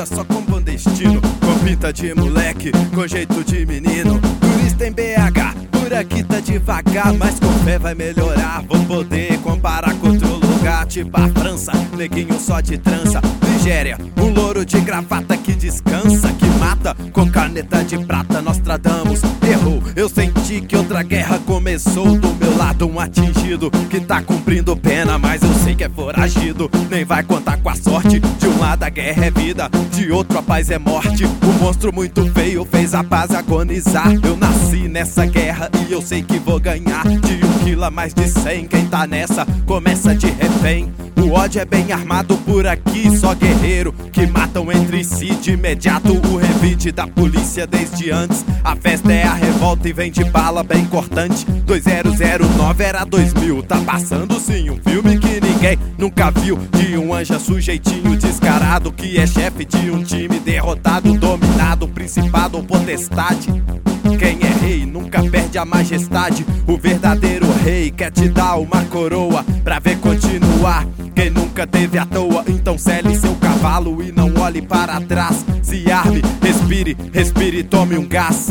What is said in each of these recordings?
só com bom destino, com pinta de moleque, com jeito de menino. Turista em BH, por aqui tá devagar, mas com fé vai melhorar. Vou poder comparar com outro lugar, tipo a França, neguinho só de trança. Nigéria, um louro de gravata que descansa, que mata com caneta de prata. Nostradamus errou, eu senti que outra guerra começou. Do meu lado um atingido que tá cumprindo pena, mas eu sei que é foragido, nem vai contar com a sorte. De um lado a guerra é vida, de outro a paz é morte. O monstro muito feio fez a paz agonizar. Eu nasci nessa guerra e eu sei que vou ganhar. De 1 quilo a mais de 100, quem tá nessa começa de refém. O ódio é bem armado por aqui, só guerreiro que matam entre si de imediato. O revide da polícia desde antes, a festa é a revolta e vem de bala bem cortante. 2009 era 2000, tá passando sim um filme que ninguém nunca viu. De um anja sujeitinho descarado que é chefe de um time derrotado, dominado, principado ou potestade. Quem é rei nunca perde a majestade. O verdadeiro rei quer te dar uma coroa pra ver continuar. Quem nunca teve à toa, então sele seu cavalo e não olhe para trás. Se arme, respire, respire e tome um gás.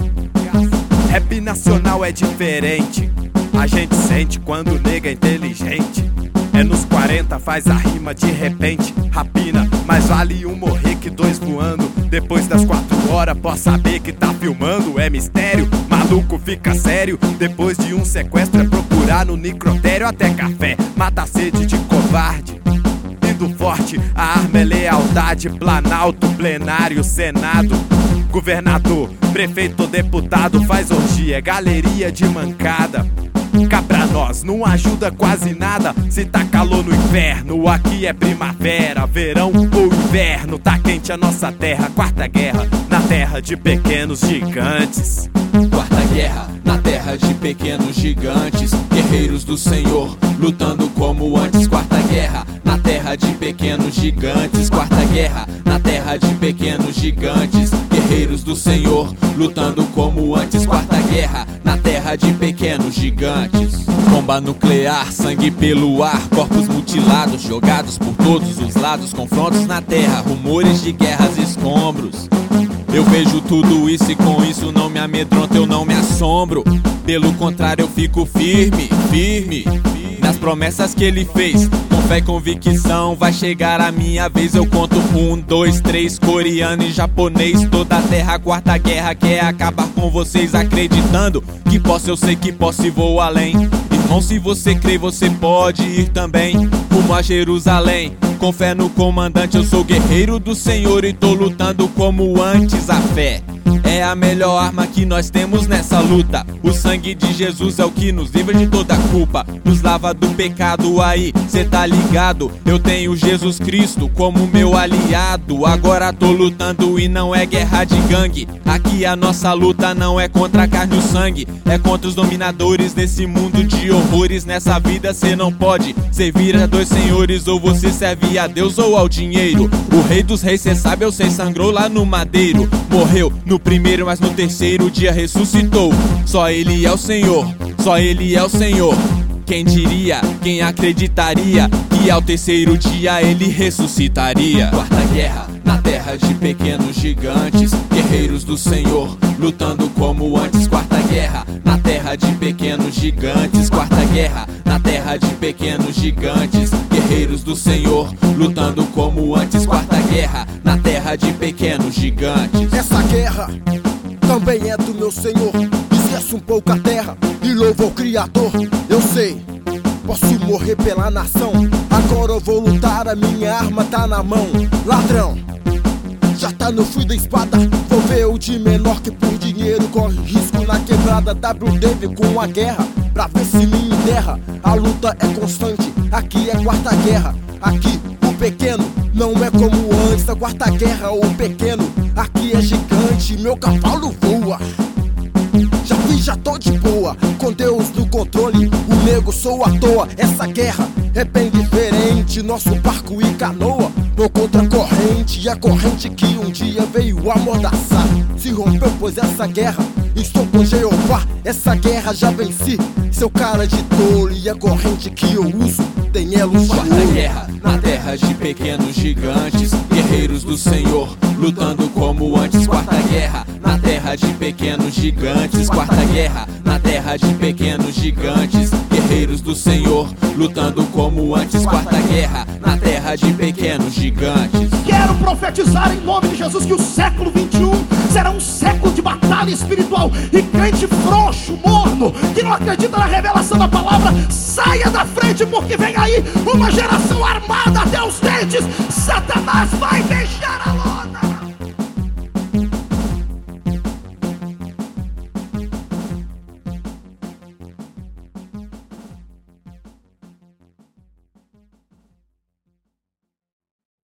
Rap nacional é diferente, a gente sente quando o nega é inteligente. É nos 40, faz a rima de repente. Rapina, mais vale um morrer que 2 voando. Depois das 4 horas, pode saber que tá filmando. É mistério, maluco fica sério. Depois de um sequestro é procurar no necrotério. Até café, mata a sede de covarde. Indo forte, a arma é lealdade. Planalto, plenário, senado, governador, prefeito ou deputado. Faz orgia, galeria de mancada. Cá pra nós não ajuda quase nada. Se tá calor no inverno, aqui é primavera, verão ou inverno. Tá quente a nossa terra, quarta guerra na terra de pequenos gigantes. Quarta guerra na terra de pequenos gigantes, guerreiros do Senhor lutando como antes. Quarta guerra na terra de pequenos gigantes. Quarta guerra na terra de pequenos gigantes, guerreiros do Senhor lutando como antes. Quarta guerra na terra de pequenos gigantes. Bomba nuclear, sangue pelo ar, corpos mutilados jogados por todos os lados. Confrontos na terra, rumores de guerras e escombros. Eu vejo tudo isso e com isso não me amedronto, eu não me assombro. Pelo contrário, eu fico firme, firme nas promessas que ele fez. Com fé e convicção vai chegar a minha vez. Eu conto 1, 2, 3, coreano e japonês. Toda a terra, quarta guerra quer acabar com vocês. Acreditando que posso, eu sei que posso e vou além. Irmão, se você crê, você pode ir também rumo a Jerusalém. Com fé no comandante, eu sou guerreiro do Senhor e tô lutando como antes. A fé é a melhor arma que nós temos nessa luta. O sangue de Jesus é o que nos livra de toda culpa, nos lava do pecado. Aí, cê tá ligado? Eu tenho Jesus Cristo como meu aliado. Agora tô lutando e não é guerra de gangue. Aqui a nossa luta não é contra a carne e o sangue, é contra os dominadores desse mundo de horrores. Nessa vida cê não pode servir a 2 senhores, ou você serve a Deus ou ao dinheiro. O rei dos reis, cê sabe, eu sei, sangrou lá no madeiro. Morreu no primeiro, mas no terceiro dia ressuscitou. Só ele é o Senhor, só ele é o Senhor. Quem diria, quem acreditaria que ao terceiro dia ele ressuscitaria? Quarta guerra na terra de pequenos gigantes, guerreiros do Senhor lutando como antes. Quarta guerra na terra de pequenos gigantes. Quarta guerra na terra de pequenos gigantes, guerreiros do Senhor lutando como antes. Quarta guerra na terra de pequenos gigantes. Essa guerra também é do meu Senhor. Esquece um pouco a terra e louva o Criador. Eu sei, posso morrer pela nação. Agora eu vou lutar, a minha arma tá na mão. Ladrão, já tá no fio da espada. Vou ver o de menor que por dinheiro corre risco na quebrada. WD com a guerra pra ver se me enterra. A luta é constante, aqui é quarta guerra. Aqui o pequeno não é como antes. A quarta guerra, o pequeno aqui é gigante. Meu cavalo voa, já vi, já tô de boa, com Deus no controle, o nego sou à toa. Essa guerra é bem diferente, nosso barco e canoa vou contra a corrente, e a corrente que um dia veio amordaçar se rompeu, pois essa guerra estou com Jeová. Essa guerra já venci, seu cara de tolo, e a corrente que eu uso tem elos de Quarta ouro. guerra na terra de pequenos gigantes, guerreiros do Senhor lutando como antes. Quarta guerra na terra de pequenos gigantes. Quarta guerra na terra de pequenos gigantes, guerreiros do Senhor lutando como antes. Quarta guerra na terra de pequenos gigantes. Quero profetizar em nome de Jesus que o século 21 será um século de batalha espiritual. E crente frouxo, morno, que não acredita na revelação da palavra, saia da frente, porque vem aí uma geração armada até os dentes. Satanás vai deixar